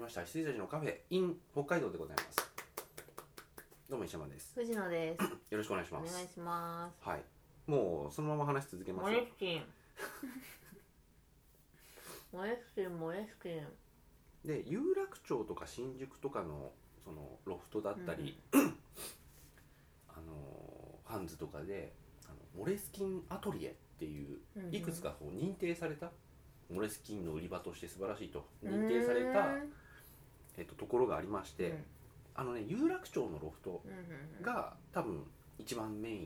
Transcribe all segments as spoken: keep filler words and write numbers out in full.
ました羊たちのカフェ in 北海道でございます。どうも石山です。 藤野です。 よろしくお願いします。 お願いします。 はい、もうそのまま話し続けますよ。 モレスキンモレスキンモレスキンで、有楽町とか新宿とかのそのロフトだったり、うん、あのハンズとかであのモレスキンアトリエっていういくつかこう認定されたモレスキンの売り場として素晴らしいと認定された、えっと、ところがありまして、うん、あのね有楽町のロフトが多分一番メイン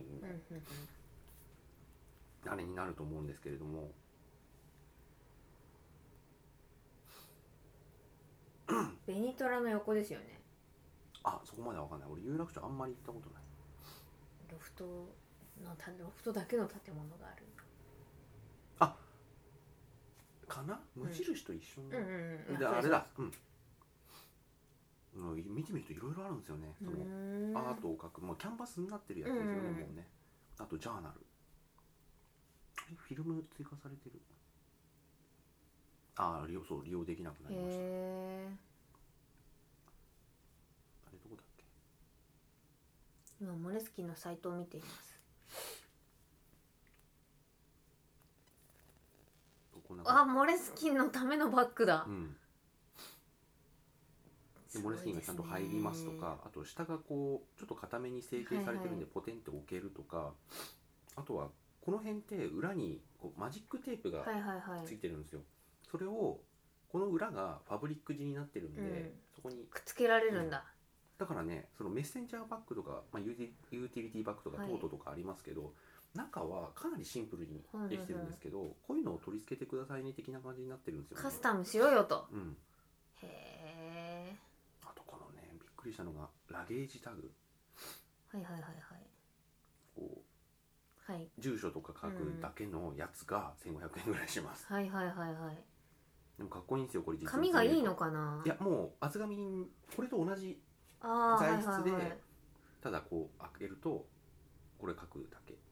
のあれになると思うんですけれども、 ベニトラの横ですよね。 あ、そこまでは分かんない。俺有楽町あんまり行ったことない。 ロフトのロフトだけの建物がある。 あ、かな、無印と一緒の、 うんうんうん、 であれだ、うん、見てみるといろいろあるんですよね。そのアートを描く、もうキャンバスになってるやつですよね、もうね。あとジャーナル、フィルム追加されてる。ああ、利用、そう、利用できなくなりました。 へあれどこだっけ。 今モレスキンのサイトを見ています。あ、モレスキンのためのバッグだ。 うん。でモレスキンがちゃんと入りますとか、あと下がこうちょっと固めに成形されてるんでポテンって置けるとか、はいはい、あとはこの辺って裏にこうマジックテープがついてるんですよ、はいはいはい、それをこの裏がファブリック地になってるんで、うん、そこにくっつけられるんだ、 うん、だからね、そのメッセンジャーバッグとか、まあ、ユーティリティバッグとかトートとかありますけど、はい、中はかなりシンプルにできてるんですけど、はいはいはい、こういうのを取り付けてくださいね的な感じになってるんですよね。 カスタムしろよと、 うん、 へえ。 あとこのね、びっくりしたのがラゲージタグ、 はいはいはいはい、 こう、 はい、 住所とか書くだけのやつがせんごひゃくえんぐらいします、 うん、はいはいはいはい。 でもかっこいいんですよこれ。実は紙がいいのかな。 いや、もう厚紙、これと同じ材質で、はいはいはい、ただこう開けるとこれ書くだけ。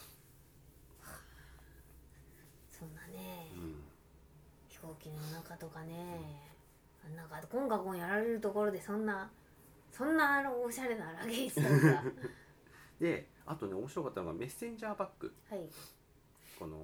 そんなね、 うん、 飛行機の中とかね、うん、なんかゴンガゴンやられるところでそんなそんなおしゃれなラゲージだったで、あとね面白かったのがメッセンジャーバッグ、 はい、 この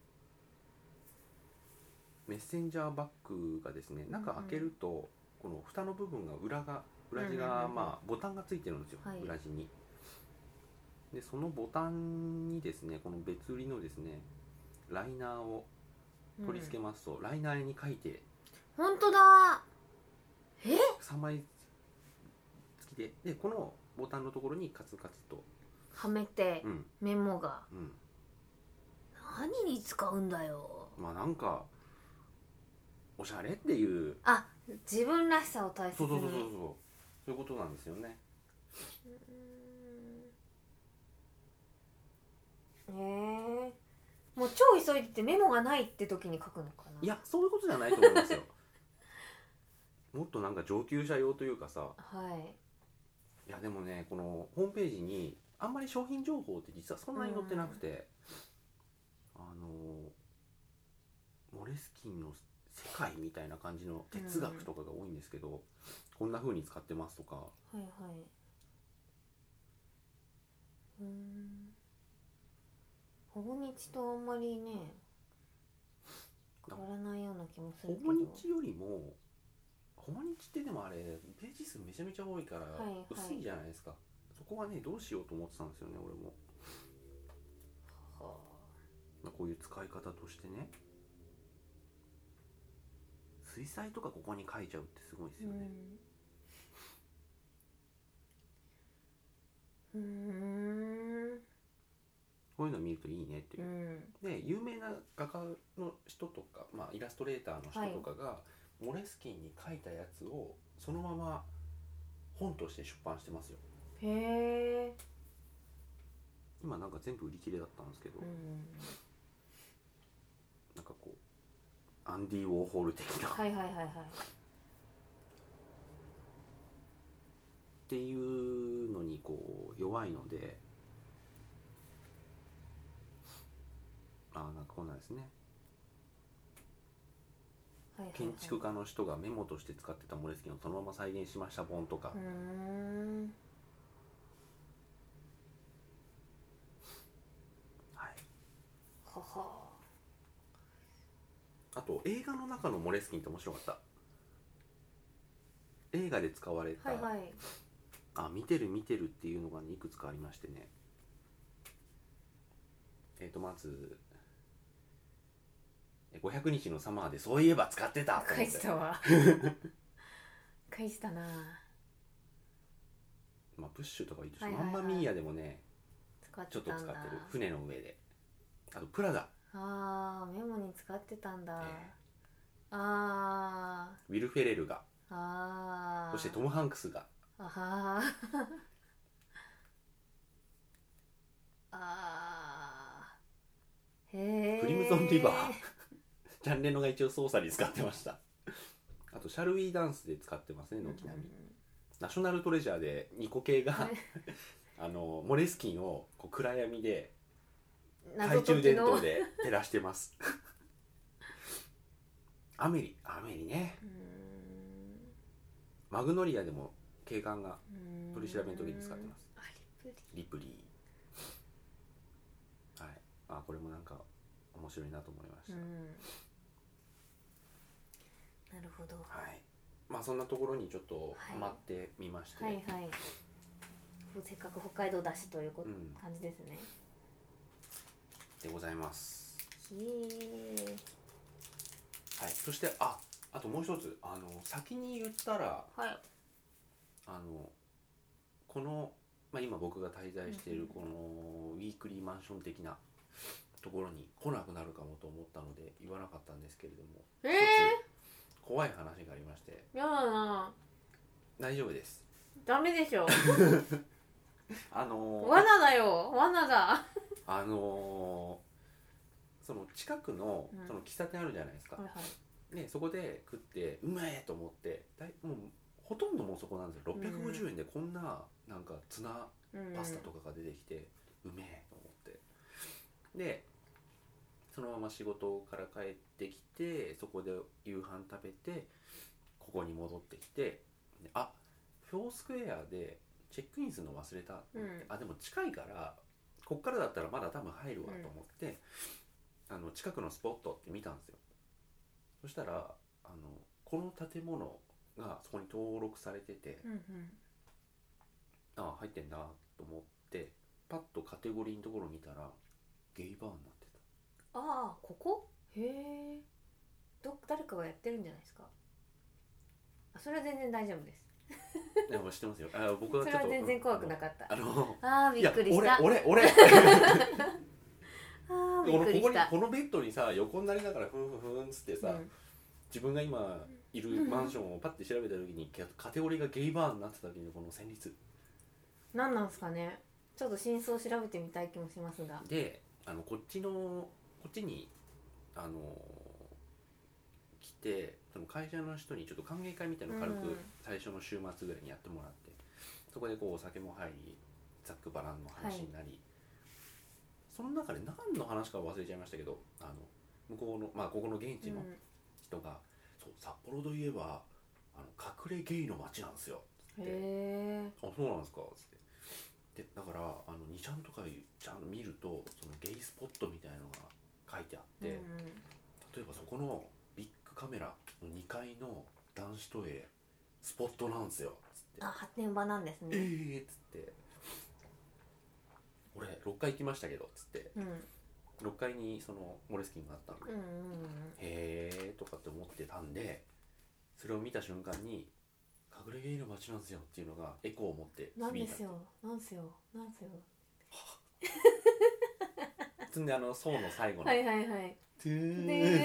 メッセンジャーバッグがですね、中開けると、うんうん、この蓋の部分が裏が裏地が、まあボタンがついてるんですよ、はい、裏地に。でそのボタンにですね、この別売りのですねライナーを取り付けますと、うん、ライナーに書いて、 本当だ、えさんまい付きで、でこのボタンのところにカツカツとはめて、うん、メモが、うん、何に使うんだよ。 まあなんかおしゃれっていう、 あ、自分らしさを大切に、 そうそうそうそう、そういうことなんですよね。 うーん、へえ。もう超急いでてメモがないって時に書くのかな。 いや、そういうことじゃないと思いますよもっとなんか上級者用というかさ、 はい、 いやでもね、このホームページにあんまり商品情報って実はそんなに載ってなくて、うん、あのモレスキンの世界みたいな感じの哲学とかが多いんですけど、うん、こんな風に使ってますとか、 はいはい、うーん、ほぼ日とあんまりね変わらないような気もするけど、 ほぼ日よりも、ほぼ日ってでもあれページ数めちゃめちゃ多いから薄いじゃないですか、はいはい、そこはねどうしようと思ってたんですよね俺も、はあ、こういう使い方としてね、水彩とかここに書いちゃうってすごいですよね。 うーん、 こういうの見るといいねっていう、うん、で有名な画家の人とか、まあ、イラストレーターの人とかが、はい、モレスキンに書いたやつをそのまま本として出版してますよ。 へえ。 今なんか全部売り切れだったんですけど、うん、なんかこうアンディ・ウォーホル的なはいはいはいはい。 っていうのにこう弱いので、ああなんかこんなんですね。 はいはいはい、 建築家の人がメモとして使ってたモレスキンをそのまま再現しました本とか、 うーん、 はい、 はは。 あと映画の中のモレスキンって面白かった。映画で使われた、 はいはい、 あ、見てる見てるっていうのが、ね、いくつかありましてね。えーとまずごひゃくにちのサマーでそういえば使ってたと思って返したわ返したな。 まあプッシュとかいいとして、 はいはいはい、 マンマミーヤでもね使ってちょっとたんだ。 使ってる、船の上で。あとプラダ、 あー、メモに使ってたんだ、 えあー、ウィル・フェレルが、 ーあー、 そしてトム・ハンクスが、 あはーあー、へー、 クリムゾン・リバージャンレノが一応操作に使ってました。あとシャルウィーダンスで使ってますね、軒並み。ナショナルトレジャーでニコ系があのモレスキンをこう暗闇で懐中電灯で照らしてますアメリアメリね、 うーん、 マグノリアでも警官が取り調べの時に使ってます。 あ、リプリリプリー、はい、あ、これもなんか面白いなと思いましー、 た。 うん、なるほど、 はい、まあそんなところにちょっとハマってみまして、 はいはいはい、せっかく北海道だしということ、 うん、 感じですね。 でございます。 ひー、 はい、そしてああともう一つ、あの先に言ったら、 はい、 あのこの、まあ、今僕が滞在しているこのウィークリーマンション的なところに来なくなるかもと思ったので言わなかったんですけれども、 えー、 一つ怖い話がありまして。 やだな、 大丈夫です。 ダメでしょあのー、 罠だよ、罠だあのー、その近くのうんその喫茶店あるじゃないですか、 はいはい、 ね、そこで食ってうめえと思ってだいもうほとんどもうそこなんですよ。ろっぴゃくごじゅうえんでこんななんかツナパスタとかが出てきて、うめえと思ってでそのまま仕事から帰ってきてそこで夕飯食べてここに戻ってきて、であフォースクエアでチェックインするの忘れたと思って、 うん、 あでも近いからこっからだったらまだ多分入るわと思って、うん、あの近くのスポットって見たんですよ。そしたらあのこの建物がそこに登録されてて、 うんうん、 ああ入ってんなと思ってパッとカテゴリーのところ見たらゲイバーになってた。ああ、ここ、へえ、ど誰かがやってるんじゃないですか。あ、それは全然大丈夫です。 た。いや知ってますよ。あ僕はちょっとそれは全然怖くなかった。 あのあーびっくりした。 俺俺俺あーびっくりここにした。 このベッドにさ横になりながらふんふんふんっつってさ、 うん、 自分が今いるマンションをパッて調べた時にカテゴリーがゲイバーになってた時のこの旋律何なんですかね。ちょっと真相を調べてみたい気もしますが。 で、あのこっちのこっちにあの来てその会社の人にちょっと歓迎会みたいなの軽く最初の週末ぐらいにやってもらって、そこでこうお酒も入りざっくばらんの話になり、はい、その中で何の話か忘れちゃいましたけど、あの向こうのまあここの現地の人が、うん、そう札幌といえばあの隠れゲイの街なんですよって。へー、あそうなんですかつって。でだからあのにちゃんとかちゃんと見るとそのゲイスポットみたいなのが書いてあって、うん、例えばそこのビッグカメラのにかいの男子トイレスポットなんですよつって。 あ、発展場なんですね。 えーっつって俺ろっかい行きましたけどつって、うん、ろっかいにそのモレスキンがあったんで、うんうんうん、へーとかって思ってたんで、それを見た瞬間に隠れゲイの街なんですよっていうのがエコーを持って響いた。なんですよなんすよなんすよつんであの層の最後のはいはいはいトゥー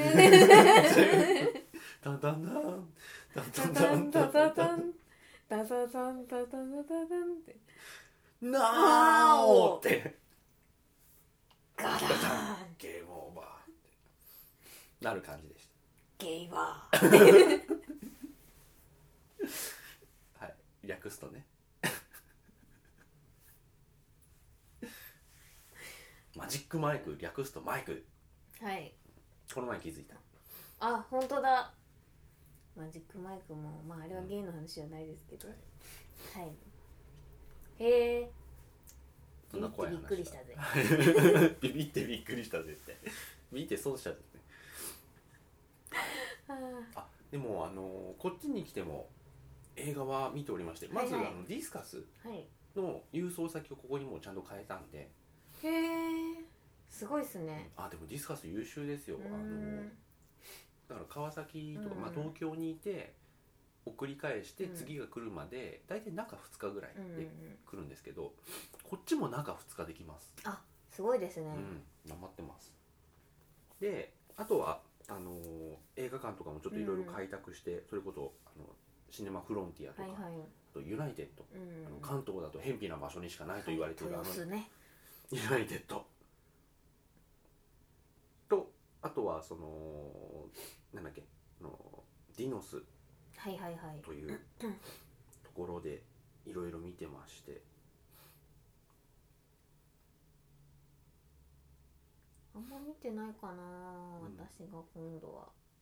タンタンタンタンタンタンタンタンタンタンタンタンタンタンタンってなーおってガラーンゲームオーバーってなる感じでした。 ゲイバーはい略すとねマジックマイク略すとマイク。 はい、 この前気づいた。 あ、本当だ。 マジックマイクもまああれはゲイの話じゃないですけど、 ははい、へえそんな怖い話びっくりしたぜビビってびっくりしたぜってビビって損したぜねあでもあのこっちに来ても映画は見ておりまして、まず、 はいはい、 あのディスカスはいの郵送先をここにもうちゃんと変えたんで、 へえすごいっすね。 あでもディスカス優秀ですよ。あのだから川崎とか、 うんまあ、東京にいて送り返してうん次が来るまで大体中ふつかぐらいうんうんうんで来るんですけど、こっちも中ふつかできます。 あすごいですね、 うん、頑張ってます。であとはあのー映画館とかもちょっといろいろ開拓して、それこそあのシネマフロンティアとか、 はいはい、 あとユナイテッド、 うんあの関東だと偏僻な場所にしかないと言われている、 はい、 あの豊洲ねユナイテッドと、あとはそのなんだっけあのディノスはいはいはいというところでいろいろ見てまして、 あんま見てないかな、私が今度は。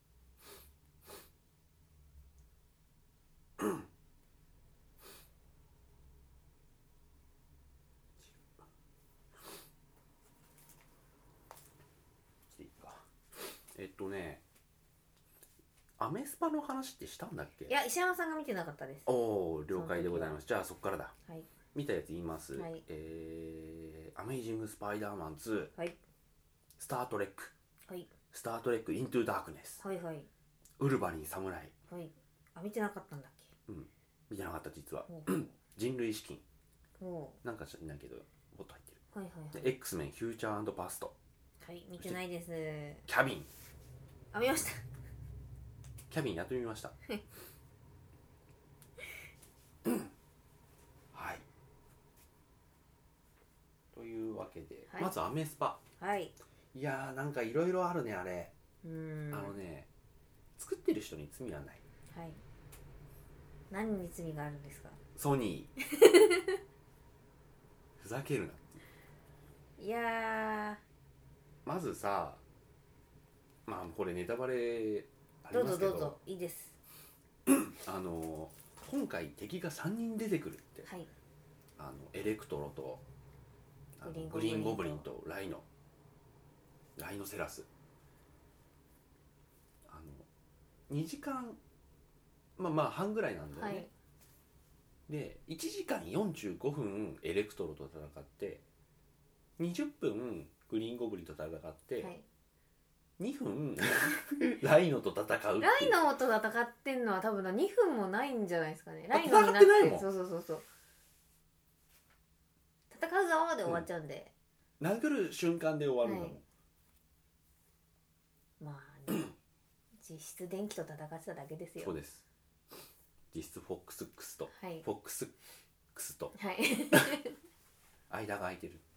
えっとねアメスパの話ってしたんだっけ？ いや石山さんが見てなかったです。 おお了解でございます。じゃあそっからだ。 はい、 見たやつ言います。 はい、 えー、アメイジング・スパイダーマンツー、 はい、 スター・トレック、 はい、 スター・トレック・イントゥ・ダークネス、 はいはいウルヴァリン・サムライ、 はい、あ見てなかったんだっけ。 うん、見てなかった実は。 ほうほう人類資金ほなんか知らないけどもっと入ってる。 うはいはいはいで X メン・フューチャー&パスト、 はい見てないです。 キャビン、 あ見ましたキャビンやっと見ましたはいというわけで、 はいまずアメスパ。 はいいやーなんかいろいろあるねあれ。 うーんあのね作ってる人に罪はない。 はい何に罪があるんですか。 ソニーふざけるなっていう。 いやまずさ、まあこれネタバレあーどうりますけど、 ぞどうぞいいです。 あの今回敵がさんにん出てくるって、 はいあのエレクトロとあのグリーングリーンゴブリンゴとライノライノセラス、あのにじかんまあまあ半ぐらいなんだよね、 はいでいちじかんよんじゅうごふんエレクトロと戦ってにじゅっぷんグリーンゴブリンと戦って、 はいにふんライノと戦うっていう。 ライノと戦ってんのは多分にふんもないんじゃないですかね。ライ戦ノになってってないもんそうそうそうそう戦うぞで終わっちゃうんで、 殴る瞬間で終わるんだもん、 はいまあね実質電気と戦ってただけですよ。 そうです。実質フォックスックスと、 はいフォックスックスとはい間が空いてる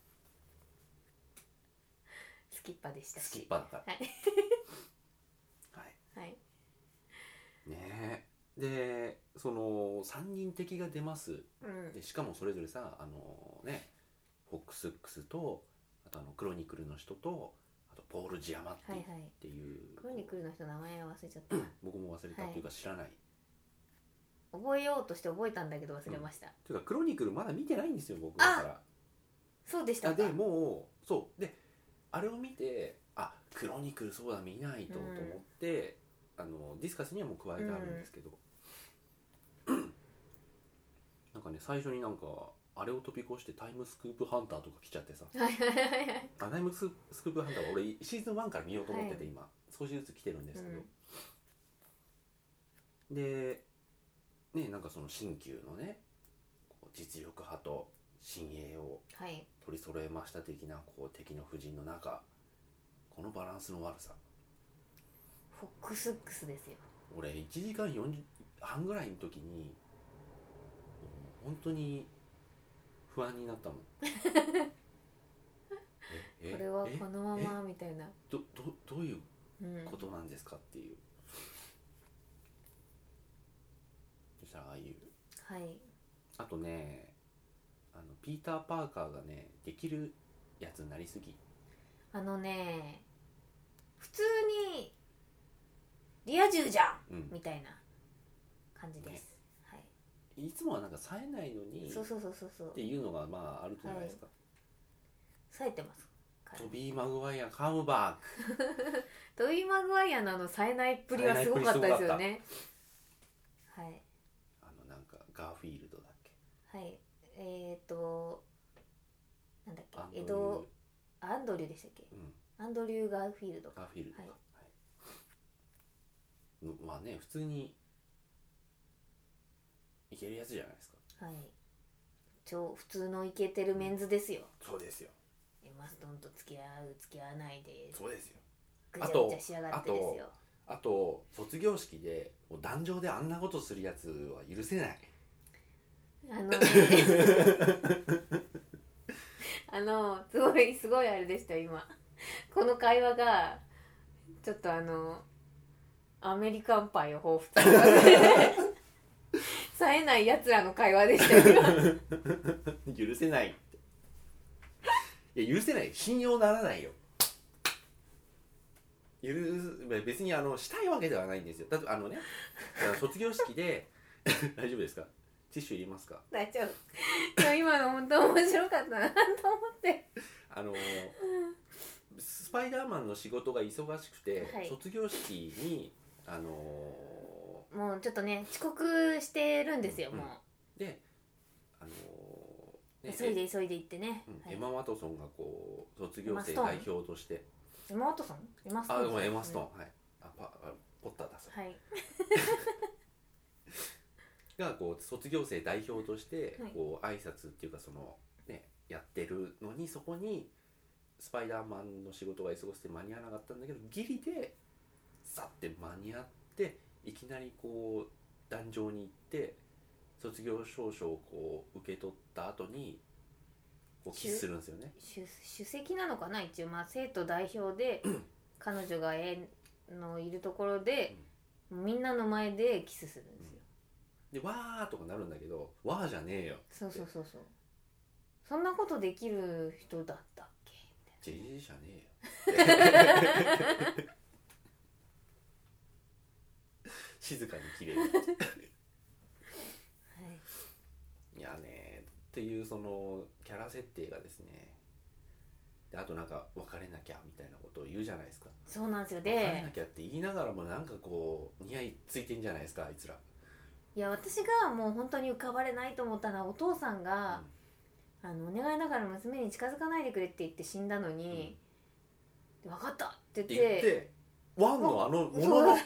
スキッパでしたしスキッパだからはいはいはいねえ。でそのさんにん敵が出ます。 うんでしかもそれぞれさあのねフォックスックスとあとあのクロニクルの人とあとポール・ジアマっていう,、 はいはいっていうクロニクルの人名前忘れちゃった僕も忘れたっていうか知らない、 覚えようとして覚えたんだけど忘れました、 というかクロニクルまだ見てないんですよ僕だから。 そうでしたか。 あでもうそうであれを見てあクロニクルそうだ見ないと、 うんと思ってあのディスカスにはもう加えてあるんですけど、なんかね最初になんかあれを飛び越してタイムスクープハンターとか来ちゃってさはいはいはいはいあタイムスクープハンターは俺シーズンワンから見ようと思ってて、 はい今少しずつ来てるんですけど、でねなんかその新旧のねこう実力派と新鋭をはい取り揃えました的なこう敵の布陣の中このバランスの悪さ。 フォックスックスですよ。 俺いちじかんよんじゅうはんぐらいの時にもう本当に不安になったもんええこれはえこのままみたいな。 どどどういううんことなんですかっていう、そしたらああいうはいあとねあのピーター・パーカーがねできるやつになりすぎ。 あのね普通にリア充じゃん、 うん、 みたいな感じです、ね、はい、 いつもはなんか冴えないのにそうそうそうそうっていうのがまああるじゃないですか、 はい、冴えてます。 トビー・マグワイアカムバックトビー・マグワイアのあの冴えないっぷりはすごかったですよね。はい、 あのなんかガーフィールドだっけ、 はい、えっ、ー、となんだっけ、エドアンドリューでしたっけ、うん、アンドリュー・ガーフィールドガーフィールドか、はいはい、まあね普通にいけるやつじゃないですか。 はい、超普通のイケてるメンズですよ、 うん、そうですよ。 エマストンと付き合う付き合わないでそうですよ。 ぐちゃぐちゃしやがってですよ。 あと、あと卒業式でもう壇上であんなことするやつは許せない。 あのねあのすごいすごいあれでしたよ今この会話がちょっとあのアメリカンパイを彷彿させ冴えないやつらの会話でしたよ許せないって。いや許せない、信用ならないよ。許別にあのしたいわけではないんですよ。だってあのね卒業式で大丈夫ですか、ティッシュいりますか。 大丈夫。いや今の本当面白かったなと思ってあのスパイダーマンの仕事が忙しくて、はい、卒業式にあのもうちょっとね遅刻してるんですよ、うん、もうであの、 ね、急いで急いで行ってね、 うん、はい、エマ・ワトソンがこう卒業生代表としてエマ・ワトソンエマストーン、 あ、ごめんエマストーン、はい、あパあポッターだそう、 はいがこう卒業生代表としてこう挨拶っていうかそのねやってるのに、そこにスパイダーマンの仕事が忙しくて間に合わなかったんだけどギリでさって間に合っていきなりこう壇上に行って卒業証書をこう受け取った後にこうキスするんですよね。 主, 主席なのかな一応、まあ、生徒代表で彼女が絵のいるところで、うん、みんなの前でキスするんですよ、 うん、でわーとかなるんだけどわーじゃねえよ。 そうそうそうそう、そんなことできる人だったっけジェジェじゃねえよ静かに綺麗に、はい、いやねっていうそのキャラ設定がですね、であとなんか別れなきゃみたいなことを言うじゃないですか。 そうなんですよ。で別れなきゃって言いながらもなんかこう似合いついてんじゃないですかあいつら。 いや私がもう本当に浮かばれないと思ったのはお父さんが、うん、あのお願いながら娘に近づかないでくれって言って死んだのに、うん、分かったって言って言ってワンのあのものの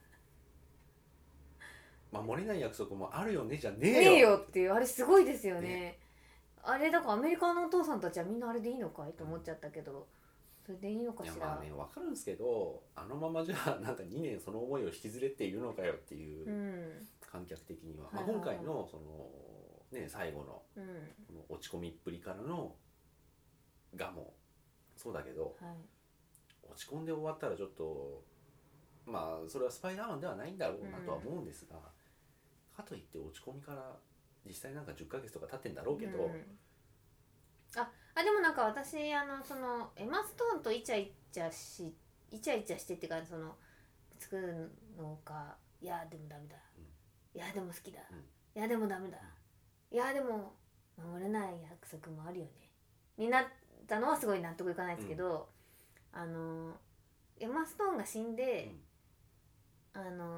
守れない約束もあるよねじゃねえよねえよっていう、あれすごいですよね。ね、あれだからアメリカのお父さんたちはみんなあれでいいのかいと思っちゃったけど、それでいいのかしら。 いやまあね分かるんですけど、あのままじゃなんかにねんその思いを引きずれているのかよっていう、うん、観客的には、まあ、今回のそのね最後の、うん、この落ち込みっぷりからのがもそうだけど、はい、落ち込んで終わったらちょっとまあそれはスパイダーマンではないんだろうなとは思うんですが、うんかといって落ち込みから実際なんかじゅっかげつとか経ってんだろうけど、うん、 ああでもなんか私あのそのエマ・ストーンとイチャイチャしイチャイチャしてっていうかその作るのか、いやでもダメだ、うん、いやでも好きだ、うん、いやでもダメだ、いやでも守れない約束もあるよねになったのはすごい納得いかないですけど、うん、あのエマ・ストーンが死んで、うん、あの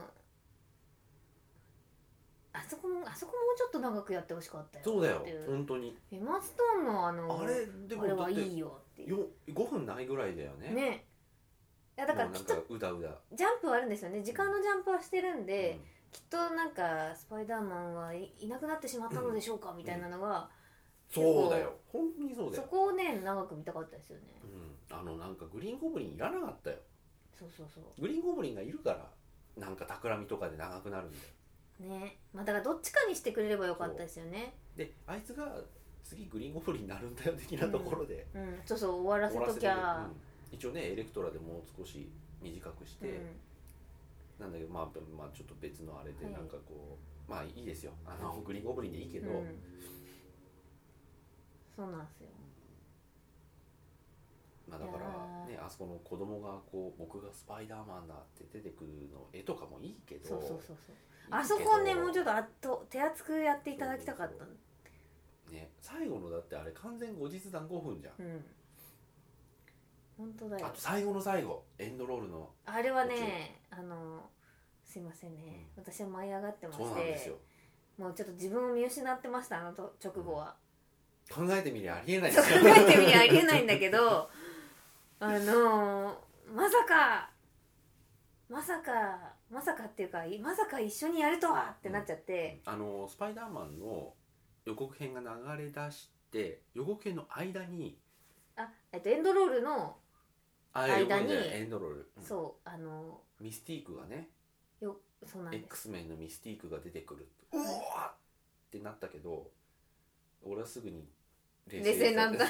あそこもあそこもうちょっと長くやってほしかったよ。 そうだよ本当に。 エマ・ストーンのあのあれでもあれはいいよっていう。 ごふんないぐらいだよね。ね。 いやだからきっとうだうだジャンプはあるんですよね。時間のジャンプはしてるんで、うん、きっとなんかスパイダーマンはい、いなくなってしまったのでしょうか、うん、みたいなのが、 うん、そうだよ本当にそうだよ。 そこをね長く見たかったですよね。 うん、あのなんかグリーンゴブリンいらなかったよ。 そうそうそう。 グリーンゴブリンがいるからなんか企みとかで長くなるんだよ。 ね、まあ、だからどっちかにしてくれればよかったですよね。 であいつが次グリーンゴブリンになるんだよ的なところで、 うんうん、そうそう終わらせときゃ、 うん、一応ねエレクトラでもう少し短くして、うん、なんだけど、まあ、まあちょっと別のあれでなんかこう、はい、まあいいですよあのグリーンゴブリンでいいけど、うん、 そうなんですよ。 まあ、だからねあそこの子供がこう僕がスパイダーマンだって出てくるの絵とかもいいけど、 そうそうそうそう、あそこねもうちょっとあっと手厚くやっていただきたかった。 そうそうそうね、最後のだってあれ完全後日談ごふんじゃん。 うん、本当だよ。 あと最後の最後エンドロールのあれはね、あのすいませんね、うん、私は舞い上がってまして、そうなんですよ。もうちょっと自分を見失ってました、あのと直後は、 うん、考えてみりゃありえないですよ考えてみりゃありえないんだけどあのまさかまさかまさかっていうかまさか一緒にやるとはってなっちゃって、 うん、あのスパイダーマンの予告編が流れ出して予告編の間にあ、えっと、エンドロールの間にエンドロール、 うん、そうあのミスティークがねよそうなんです X メンのミスティークが出てくるうわーってなったけど俺はすぐに冷静になった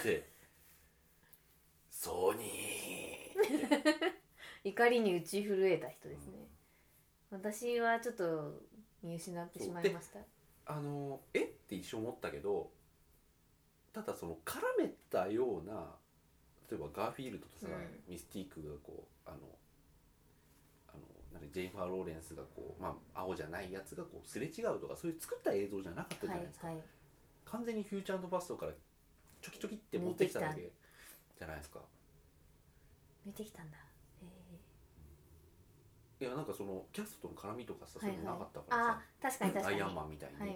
ソニーって怒りに打ち震えた人ですね、うん、私はちょっと見失ってしまいました。 あのえって一瞬思ったけどただその絡めたような例えばガーフィールドとさ、うん、ミスティークがこうあのあのなんかジェイファー・ローレンスがこう、まあ、青じゃないやつがこうすれ違うとかそういう作った映像じゃなかったじゃないですか、はいはい、完全にフューチャー&パストからちょきちょきって持ってきただけじゃないですか。 見てきたんだ。 いやなんかそのキャストとの絡みとかさ、はいはい、そういうのなかったからさ、 あ確かに確かにアイアンマンみたいに、はい、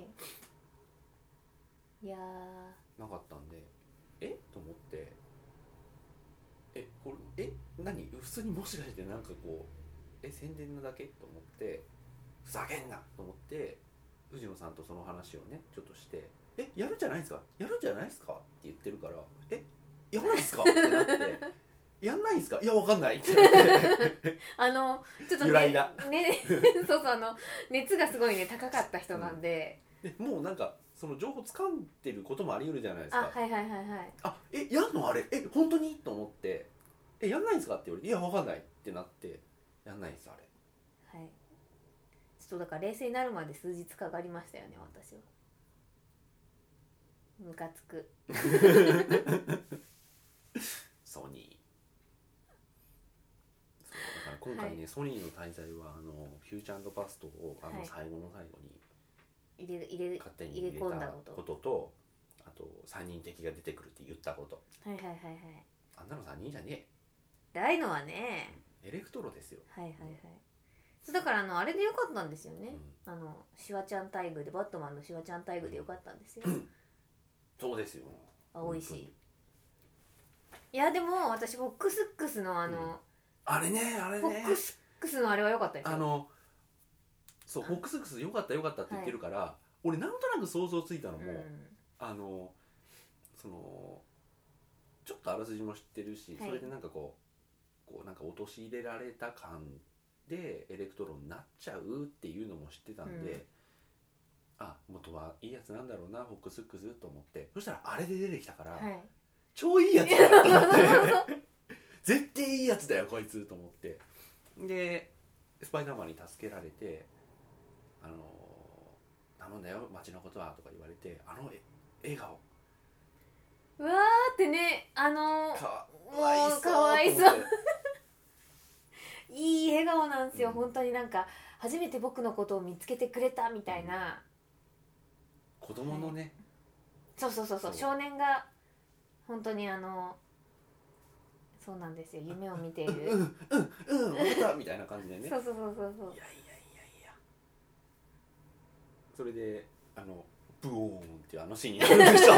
いやなかったんでえと思ってえこれえ何普通にもしかしてなんかこうえ宣伝なだけと思ってふざけんなと思って藤野さんとその話をねちょっとしてえやるんじゃないですかやるんじゃないですかって言ってるからえやらないですかってなってやんないんすかいやわかんないってあのちょっと ね, ねそうそうあの熱がすごいね高かった人なんで、 うん、でもうなんかその情報掴んでることもあり得るじゃないですか。 あはいはいはいはいあえやんのあれえ本当にと思ってえやんないんすかって言われていやわかんないってなってやんないんですあれ。 はいちょっとだから冷静になるまで数日かかりましたよね私は。ムカつくソニーだから今回ね、はい、ソニーの滞在はあのフューチャー&パストをあの最後の最後に入れ入れ勝手に入れたこととあとさんにん敵が出てくるって言ったことはいはいはいはいあんなのさんにんじゃねえ大のはねエレクトロですよ。 はいはいはいだからあのあれでよかったんですよね、うん、あのシワちゃんタイグでバットマンのシワちゃんタイグでよかったんですよ、うん、 そうですよ青いしいやでも私フォックスックスのあの、うん、 あれねあれねフォックスックスのあれは良かったですよ。 あのそうフォックスックス良かった良かったって言ってるから、はい、俺なんとなく想像ついたのも、うん、あのそのちょっとあらすじも知ってるし、はい、それでなんかこうこうなんか陥れられた感でエレクトロンになっちゃうっていうのも知ってたんで、うん、あ元はいいやつなんだろうなフォックスックスと思ってそしたらあれで出てきたから、はい、超いいやつだと思って絶対いいやつだよこいつと思ってでスパイダーマンに助けられてあの頼んだよ街のことはとか言われてあの笑顔うわーってねあのー、 かわいそうかわいそういい笑顔なんですよ、うん、本当になんか初めて僕のことを見つけてくれたみたいな、 うん、子供のね、はい、 そうそうそうそう少年が本当にあのそうなんですよ夢を見ているうんうんうん分かったみたいな感じでねそうそうそうそうそういやいやいやいやそれであのブオーンっていうあのシーンになるでしょ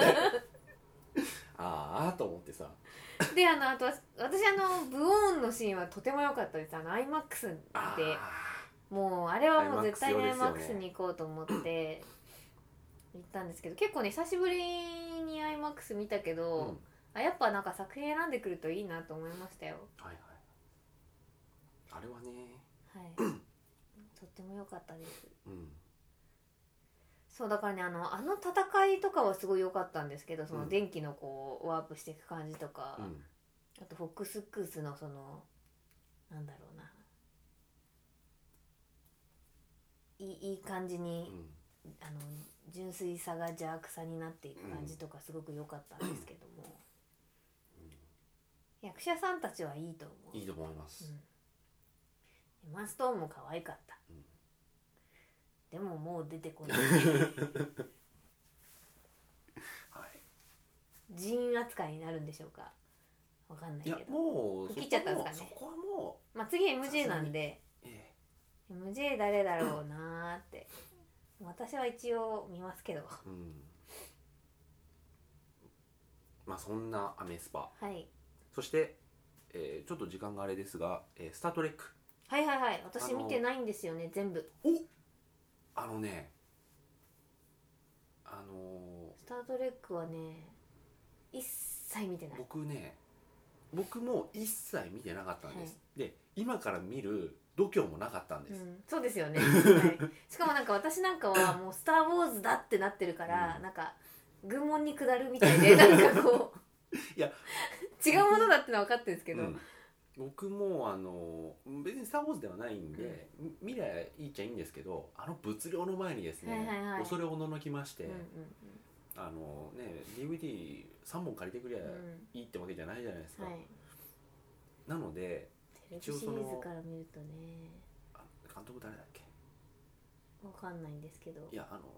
ああと思ってさであのあと私あのブオーンのシーンはとても良かったです。あの アイマックス でもうあれはもう絶対に アイマックス に行こうと思って行ったんですけど結構ね久しぶりに アイマックス 見たけど、うんあやっぱなんか作品選んでくるといいなと思いましたよ。 はいはいあれはねはいとっても良かったです、 うん、 そうだからねあのあの戦いとかはすごい良かったんですけどその電気のこうワープしていく感じとか、うん、あとフォックスックスのそのなんだろうないい、いい感じに、うん、あの純粋さが邪悪さになっていく感じとかすごく良かったんですけども、うん、い役者さんたちはいいと思う。 いいと思います、 うん、エマストーンも可愛かった、うん、でももう出てこないはい人扱いになるんでしょうか、わかんないけど。いやもう切っちゃったんですかね。そこはもう、まあ、次 エムジェー なんで、ええ、エムジェー 誰だろうなーって私は一応見ますけど、うん、 まあそんなアメスパ、 はい、 そして、えー、ちょっと時間があれですが、えー、スタートレック、 はいはいはい、私見てないんですよね全部。 おあのねあのー、スタートレックはね一切見てない。 僕ね僕も一切見てなかったんです、はい、で今から見る度胸もなかったんです、 うん、そうですよね、はい、しかもなんか私なんかはもう「スター・ウォーズ」だってなってるから、うん、なんか愚問に下るみたいでなんかこういや違うものだってのは分かってるんですけど、うん、 僕もあの別に「スター・ウォーズ」ではないんで、うん、見りゃいいっちゃいいんですけど、あの物量の前にですね、はいはいはい、恐れおののきまして、うんうんうん、あのね ディーブイディーさん 本借りてくりゃいいってわけじゃないじゃないですか、はい、なのでテレビシリーズから見るとね、 監督誰だっけわかんないんですけど、 いやあの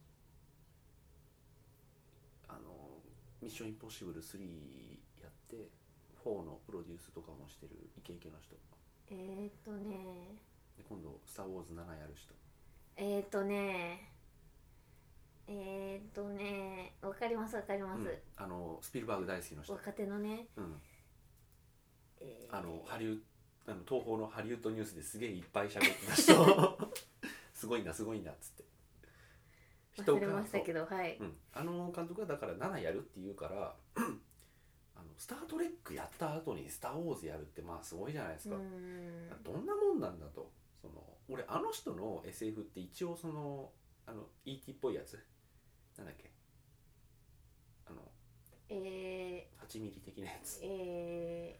あのミッションインポッシブルスリーやってフォーのプロデュースとかもしてるイケイケの人、 えーっとねで今度スター・ウォーズななやる人、 えーっとねえーっとねわかりますわかります、うん、 あのスピルバーグ大好きの人、 若手のね、 うんえー、あのハリウあの東宝のハリウッドニュースですげえいっぱい喋ってた人すごいんだすごいんだっつって忘れましたけど、はい、 うん、あの監督はだからななやるって言うからあのスタートレックやった後にスター・ウォーズやるってまあすごいじゃないですか。うんどんなもんなんだと、その俺あの人の エスエフ って一応そのあの イーティー っぽいやつなんだっけあのえー、はちミリ的なやつ、 え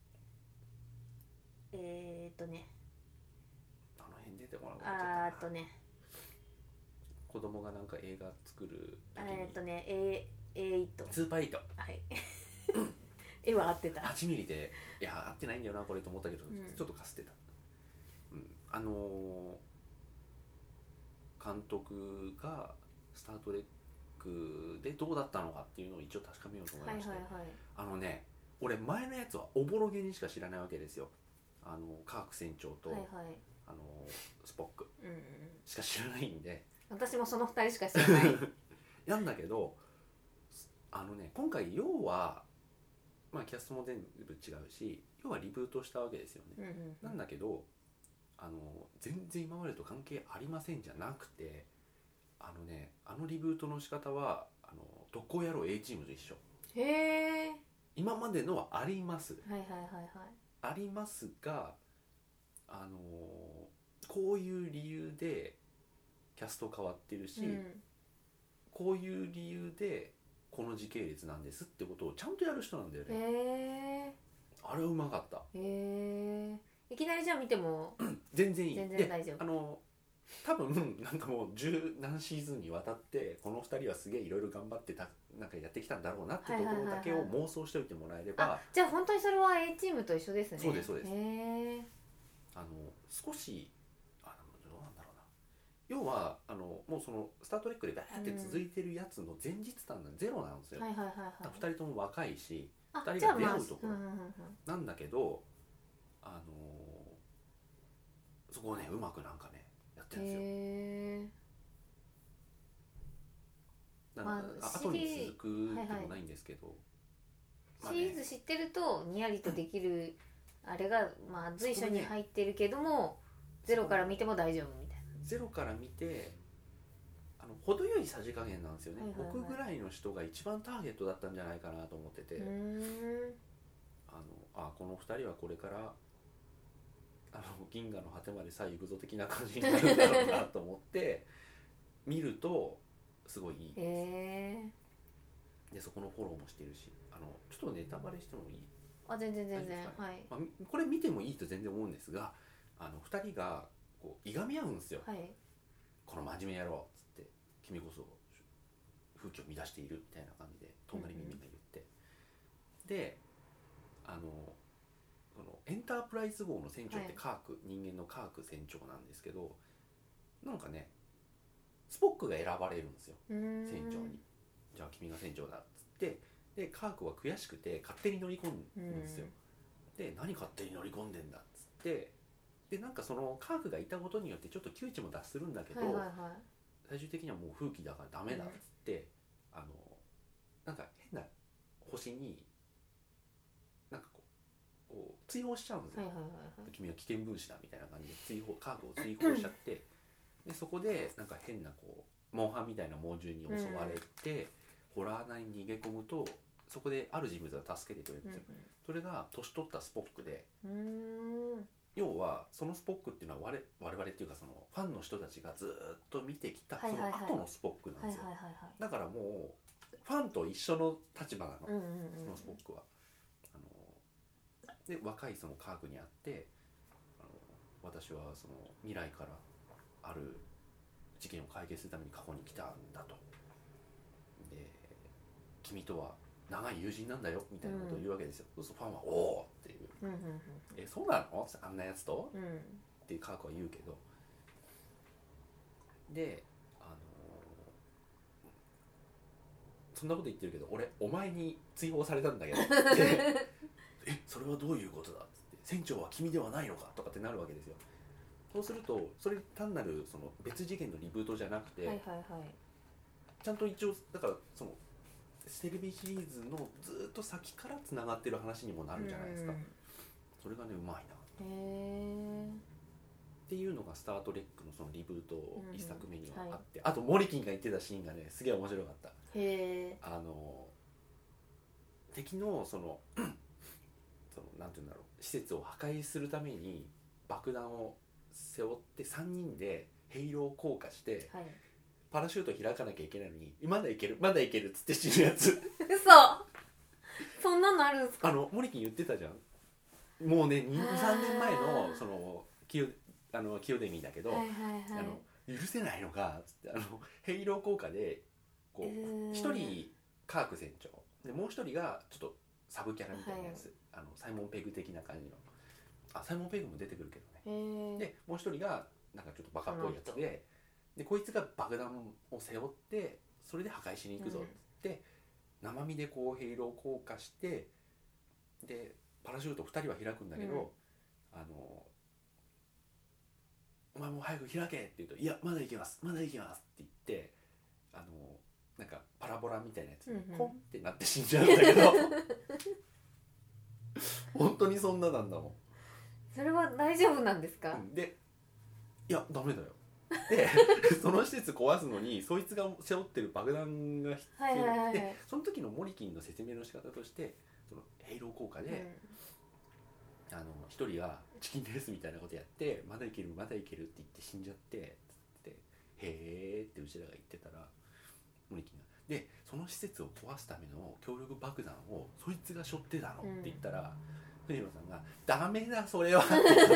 ー、えー、っとねあの辺出てこなかったなあーっとね子供がなんか映画作る時にえーっとね エーエイトスーパーエイトはい絵は合ってた。 はちミリでいや合ってないんだよなこれと思ったけど、うん、ちょっとかすってた、うん、あのー、監督がスタートレックでどうだったのかっていうのを一応確かめようと思いまして、はいはいはい、あのね俺前のやつはおぼろげにしか知らないわけですよ。あのカーク船長と、はいはい、あのスポックしか知らないんで、 うんうん、私もそのふたりしか知らないなんだけどあのね今回要はまあキャストも全部違うし要はリブートしたわけですよね、うんうんうん、なんだけどあの全然今までと関係ありませんじゃなくてあのねあのリブートの仕方はあの特攻野郎 A チームと一緒。 へー今までのはあります、 はいはいはいはい、 ありますがあのこういう理由でキャスト変わってるし、うん、こういう理由でこの時系列なんですってことをちゃんとやる人なんだよね。 へーあれはうまかった。 へーいきなりじゃあ見ても全然いい。 全然大丈夫。 あの多分なんかもう十何シーズンにわたってこのふたりはすげえいろいろ頑張ってたなんかやってきたんだろうなってところだけを妄想しておいてもらえれば、はいはいはいはい、 じゃあ本当にそれは A チームと一緒ですね。 そうですそうです。 へあの少しあどうなんだろうな、要はあのもうそのスタートレックでバーって続いてるやつの前日談がゼロなんですよ、 はいはいはいはい、 ふたりとも若いしふたりが出会うところなんだけど、あのそこをねうまくなんかねやってるんですよ。へーなんか、まあ、後に続くでもないんですけど、 はいはい、シリーズ知ってるとにやりとできるあれが、まあ、随所に入ってるけども、ゼロから見ても大丈夫みたいな。 ゼロから見てあの程よいさじ加減なんですよね、はいはいはい、僕ぐらいの人が一番ターゲットだったんじゃないかなと思ってて、うーんあのあこのふたりはこれからあの銀河の果てまでさあ行くぞ的な感じになるんだろうなと思って見るとすごいいいです。 へーでそこのフォローもしてるし、あのちょっとネタバレしてもいい？ あ全然全然、はい、 まあ、これ見てもいいと全然思うんですが、あのふたりがこういがみ合うんですよ、 はい、 この真面目野郎っつって君こそ風紀を乱しているみたいな感じで隣耳が言って、うんうん、でああのそのエンタープライズ号の船長ってカーク、はい、人間のカーク船長なんですけど、なんかねスポックが選ばれるんですよ船長に。じゃあ君が船長だっつってでカークは悔しくて勝手に乗り込むんですよ。で何勝手に乗り込んでんだっつってでなんかそのカークがいたことによってちょっと窮地も脱するんだけど、はいはいはい、最終的にはもう風紀だからダメだっつって、うん、あのなんか変な星になんかこう、こう追放しちゃうんですよ、はいはいはいはい、君は危険分子だみたいな感じで追放カークを追放しちゃってでそこでなんか変なこうモンハンみたいな猛獣に襲われて、うん、ホラー内に逃げ込むとそこである人物が助けてくれるんですよ、うんうん、それが年取ったスポックで、うーん要はそのスポックっていうのは我々、我々っていうかそのファンの人たちがずっと見てきたその後のスポックなんですよ、はいはいはいはい、だからもうファンと一緒の立場なの、うんうんうん、そのスポックはあので若いその科学にあってあの私はその未来からある事件を解決するために過去に来たんだとで君とは長い友人なんだよみたいなことを言うわけですよ、うん、そうするとファンはおーっていう、うんうんうん、えそうなのあんなやつと、うん、っていう科学は言うけどで、あのー、そんなこと言ってるけど俺お前に追放されたんだけどってえそれはどういうことだっつって船長は君ではないのかとかってなるわけですよ。そうするとそれ単なるその別次元のリブートじゃなくて、はいはいはい、ちゃんと一応だからそのテレビシリーズのずっと先からつながってる話にもなるじゃないですか、うん、それがねうまいなへっていうのがスタートレックのそのリブートいっさくめにはあって、うんはい、あとモリキンが言ってたシーンがねすげえ面白かった。へあの敵のそのそのなんていうんだろう施設を破壊するために爆弾を背負ってさんにんでヘイロー降下して、はいパラシュート開かなきゃいけないのにまだいけるまだいけるっつって死ぬやつ嘘そんなのあるんですか。あのモリキン言ってたじゃんもうね にさんねんまえのそのキヨあのキヨデミだけど、はいはいはい、あの許せないのかつってあのヘイロー効果でこう一人カーク船長でもう一人がちょっとサブキャラみたいなやつ、はい、あのサイモンペグ的な感じのあサイモンペグも出てくるけどねでもう一人がなんかちょっとバカっぽいやつででこいつが爆弾を背負ってそれで破壊しに行くぞっつって、うん、生身でこうヘイロー降下してでパラシュートふたりは開くんだけど、うん、あのお前もう早く開けって言うといやまだ行けますまだ行けますって言ってあのなんかパラボラみたいなやつにコンってなって死んじゃうんだけど、うんうん、本当にそんななんだもん。 それは大丈夫なんですか。 でいやダメだよでその施設壊すのにそいつが背負ってる爆弾が必要、はいはいはいはい、でその時のモリキンの説明の仕方としてそのヘイロー効果で、うん、あの一人がチキンレースみたいなことやってまだいけるまだいけるって言って死んじゃってつってへーってうちらが言ってたらモリキンがでその施設を壊すための強力爆弾をそいつが背負ってたの、うん、って言ったら藤野さんがダメだそれは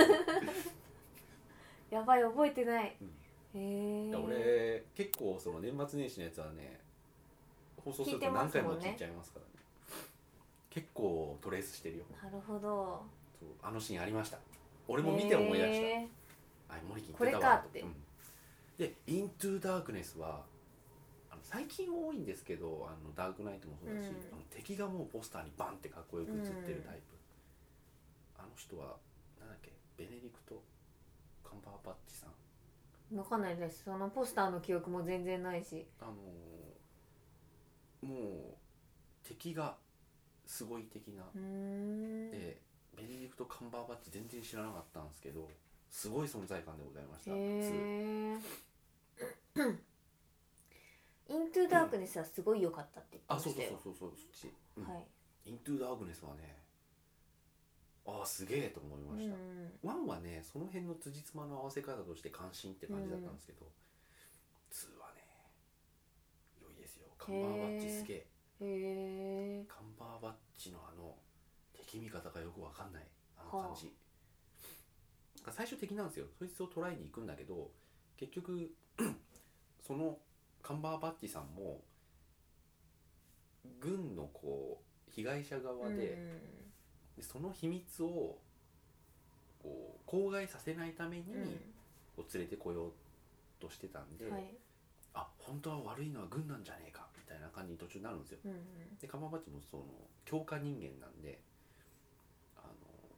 やばい覚えてない、 うんへー俺結構その年末年始のやつはね放送すると何回も聞いちゃいますからね。結構トレースしてるよ。 なるほどそうあのシーンありました俺も見て思い出したあモリキン言ってたわとこれかって、 うん、でイントゥダークネスはあの最近多いんですけどあのダークナイトもそうだし、うん、あの敵がもうポスターにバンってかっこよく映ってるタイプ、うん、あの人はなんだっけベネディクトカンバーバッチさんわかんないです。そのポスターの記憶も全然ないしあのー、もう敵がすごい的なうーんでベネディクト・カンバーバッチ全然知らなかったんですけどすごい存在感でございました。へーイントゥダークネスはすごい良かったって言ってましたよ。 あそうそうそうそう、うんはい、イントゥダークネスはねああすげえと思いました、うん、ワンはねその辺の辻褄の合わせ方として関心って感じだったんですけど、うん、ツーはね良いですよ。カンバーバッチすげえ。カンバーバッチのあの敵味方がよくわかんないあの感じ、はあ、最初敵なんですよ。そいつを捕らえに行くんだけど結局そのカンバーバッチさんも軍のこう被害者側で、うんでその秘密をこう口外させないために、 うんこう連れてこようとしてたんで、 はいあ本当は悪いのは軍なんじゃねえかみたいな感じに途中になるんですよ。 うんうんでカンバーバッチもその強化人間なんで、あの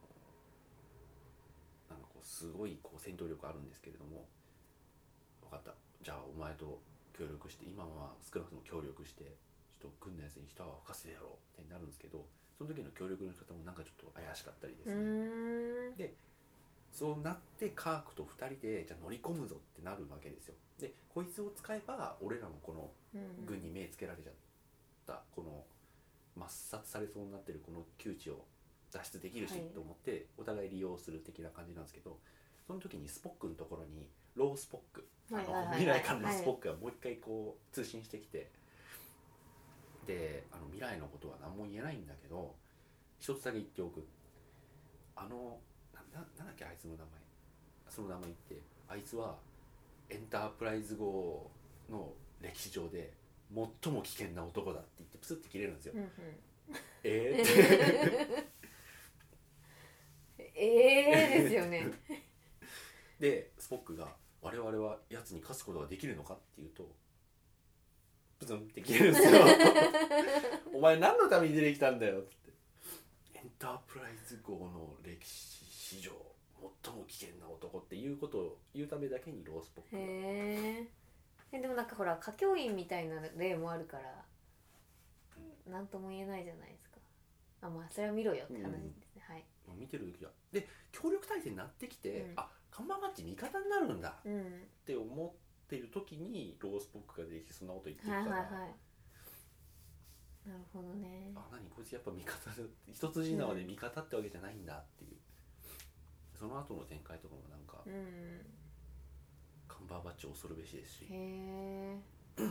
なんかこうすごいこう戦闘力あるんですけれども、分かったじゃあお前と協力して、今は少なくとも協力してちょっと軍のやつに一泡吹かせてやろうってなるんですけど、その時の協力の仕方もなんかちょっと怪しかったりですうね。 ーんでそうなってカークとふたりでじゃあ乗り込むぞってなるわけですよ。でこいつを使えば俺らもこのうん軍に目つけられちゃったこの抹殺されそうになってるこの窮地を脱出できるし、 はいと思ってお互い利用する的な感じなんですけど、その時にスポックのところにロースポック、あのはいはいはいはい未来からのスポックがもう一回こう通信してきて、であの未来のことは何も言えないんだけど一つだけ言っておく、あのなななんだっけあいつの名前、その名前言って、あいつはエンタープライズ号の歴史上で最も危険な男だって言ってプスッて切れるんですよ。 うんうんえーってええですよねでスポックが我々は奴に勝つことができるのかって言うとプツンって切れるんですよお前何のために出てきたんだよってエンタープライズ号の歴史史上最も危険な男っていうことを言うためだけにロースポックがへえでもなんかほら歌教員みたいな例もあるから何とも言えないじゃないですか。あまあそれは見ろよって話ですね、うん、はい見てる時はで協力体制になってきて、うん、あカンバーバッチ味方になるんだって思っている時にロースポックが出てきてそんなこと言ってるから、はいはいはい、 なるほどね。 あ何こいつやっぱ味方で一筋縄で味方ってわけじゃないんだっていう、うん、その後の展開とかもなんか、うん、カンバーバッチ恐るべしですし、へー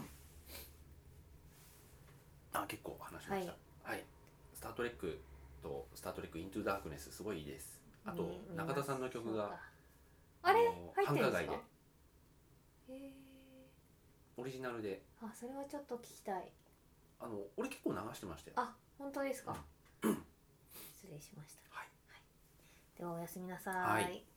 あ結構話しました、はいはい、スタートレックとスタートレックイントゥダークネスすごいいいです。あと中田さんの曲があれ入ってるんですか？ へーオリジナルで、 あそれはちょっと聞きたい。 あの俺結構流してましたよ。 あ本当ですか、うん、失礼しました、はいはい、ではおやすみなさい。はい。